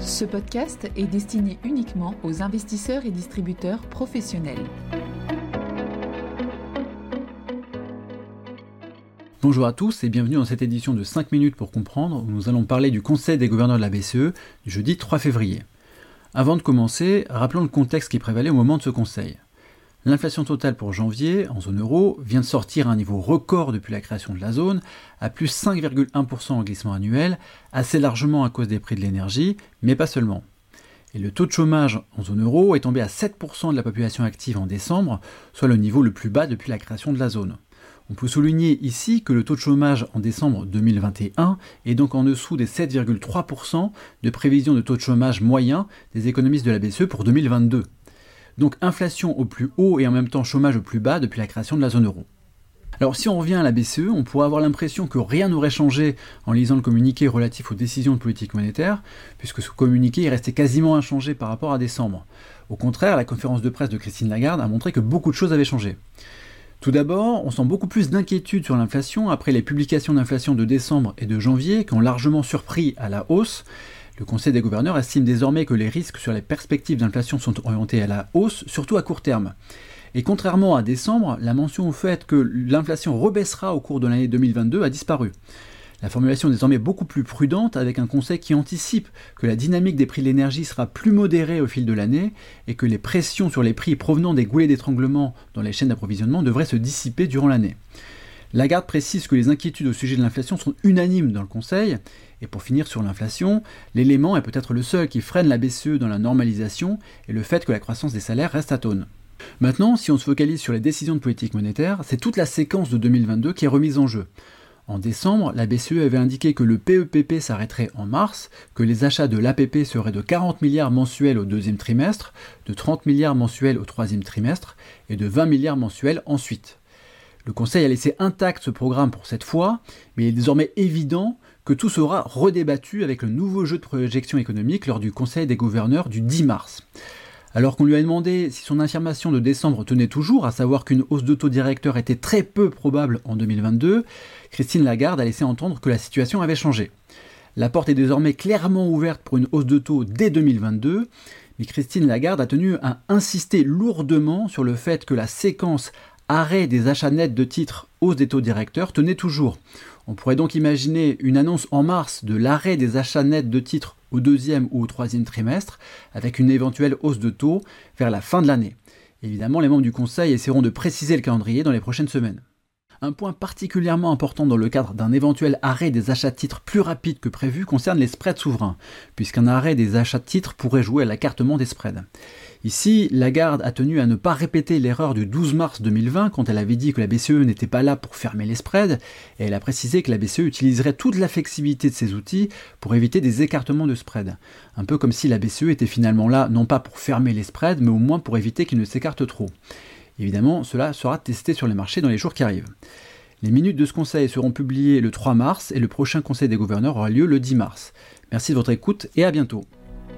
Ce podcast est destiné uniquement aux investisseurs et distributeurs professionnels. Bonjour à tous et bienvenue dans cette édition de 5 minutes pour comprendre où nous allons parler du Conseil des gouverneurs de la BCE du jeudi 3 février. Avant de commencer, rappelons le contexte qui prévalait au moment de ce conseil. L'inflation totale pour janvier, en zone euro, vient de sortir à un niveau record depuis la création de la zone, à plus 5,1% en glissement annuel, assez largement à cause des prix de l'énergie, mais pas seulement. Et le taux de chômage en zone euro est tombé à 7% de la population active en décembre, soit le niveau le plus bas depuis la création de la zone. On peut souligner ici que le taux de chômage en décembre 2021 est donc en dessous des 7,3% de prévision de taux de chômage moyen des économistes de la BCE pour 2022. Donc inflation au plus haut et en même temps chômage au plus bas depuis la création de la zone euro. Alors si on revient à la BCE, on pourrait avoir l'impression que rien n'aurait changé en lisant le communiqué relatif aux décisions de politique monétaire, puisque ce communiqué est resté quasiment inchangé par rapport à décembre. Au contraire, la conférence de presse de Christine Lagarde a montré que beaucoup de choses avaient changé. Tout d'abord, on sent beaucoup plus d'inquiétude sur l'inflation après les publications d'inflation de décembre et de janvier qui ont largement surpris à la hausse. Le Conseil des gouverneurs estime désormais que les risques sur les perspectives d'inflation sont orientés à la hausse, surtout à court terme. Et contrairement à décembre, la mention au fait que l'inflation rebaissera au cours de l'année 2022 a disparu. La formulation est désormais beaucoup plus prudente avec un conseil qui anticipe que la dynamique des prix de l'énergie sera plus modérée au fil de l'année et que les pressions sur les prix provenant des goulets d'étranglement dans les chaînes d'approvisionnement devraient se dissiper durant l'année. Lagarde précise que les inquiétudes au sujet de l'inflation sont unanimes dans le Conseil. Et pour finir sur l'inflation, l'élément est peut-être le seul qui freine la BCE dans la normalisation et le fait que la croissance des salaires reste atone. Maintenant, si on se focalise sur les décisions de politique monétaire, c'est toute la séquence de 2022 qui est remise en jeu. En décembre, la BCE avait indiqué que le PEPP s'arrêterait en mars, que les achats de l'APP seraient de 40 milliards mensuels au deuxième trimestre, de 30 milliards mensuels au troisième trimestre et de 20 milliards mensuels ensuite. Le Conseil a laissé intact ce programme pour cette fois, mais il est désormais évident que tout sera redébattu avec le nouveau jeu de projection économique lors du Conseil des gouverneurs du 10 mars. Alors qu'on lui a demandé si son affirmation de décembre tenait toujours, à savoir qu'une hausse de taux directeur était très peu probable en 2022, Christine Lagarde a laissé entendre que la situation avait changé. La porte est désormais clairement ouverte pour une hausse de taux dès 2022, mais Christine Lagarde a tenu à insister lourdement sur le fait que la séquence arrêt des achats nets de titres, hausse des taux directeurs tenait toujours. On pourrait donc imaginer une annonce en mars de l'arrêt des achats nets de titres au deuxième ou au troisième trimestre, avec une éventuelle hausse de taux vers la fin de l'année. Évidemment, les membres du Conseil essaieront de préciser le calendrier dans les prochaines semaines. Un point particulièrement important dans le cadre d'un éventuel arrêt des achats de titres plus rapide que prévu concerne les spreads souverains, puisqu'un arrêt des achats de titres pourrait jouer à l'écartement des spreads. Ici, Lagarde a tenu à ne pas répéter l'erreur du 12 mars 2020 quand elle avait dit que la BCE n'était pas là pour fermer les spreads, et elle a précisé que la BCE utiliserait toute la flexibilité de ses outils pour éviter des écartements de spreads. Un peu comme si la BCE était finalement là non pas pour fermer les spreads, mais au moins pour éviter qu'ils ne s'écartent trop. Évidemment, cela sera testé sur les marchés dans les jours qui arrivent. Les minutes de ce conseil seront publiées le 3 mars et le prochain conseil des gouverneurs aura lieu le 10 mars. Merci de votre écoute et à bientôt.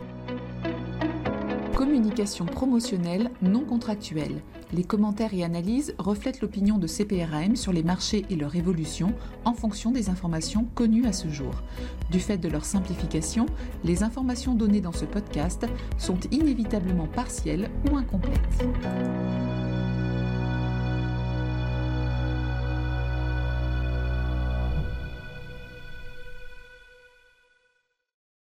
Communication promotionnelle non contractuelle. Les commentaires et analyses reflètent l'opinion de CPRAM sur les marchés et leur évolution en fonction des informations connues à ce jour. Du fait de leur simplification, les informations données dans ce podcast sont inévitablement partielles ou incomplètes.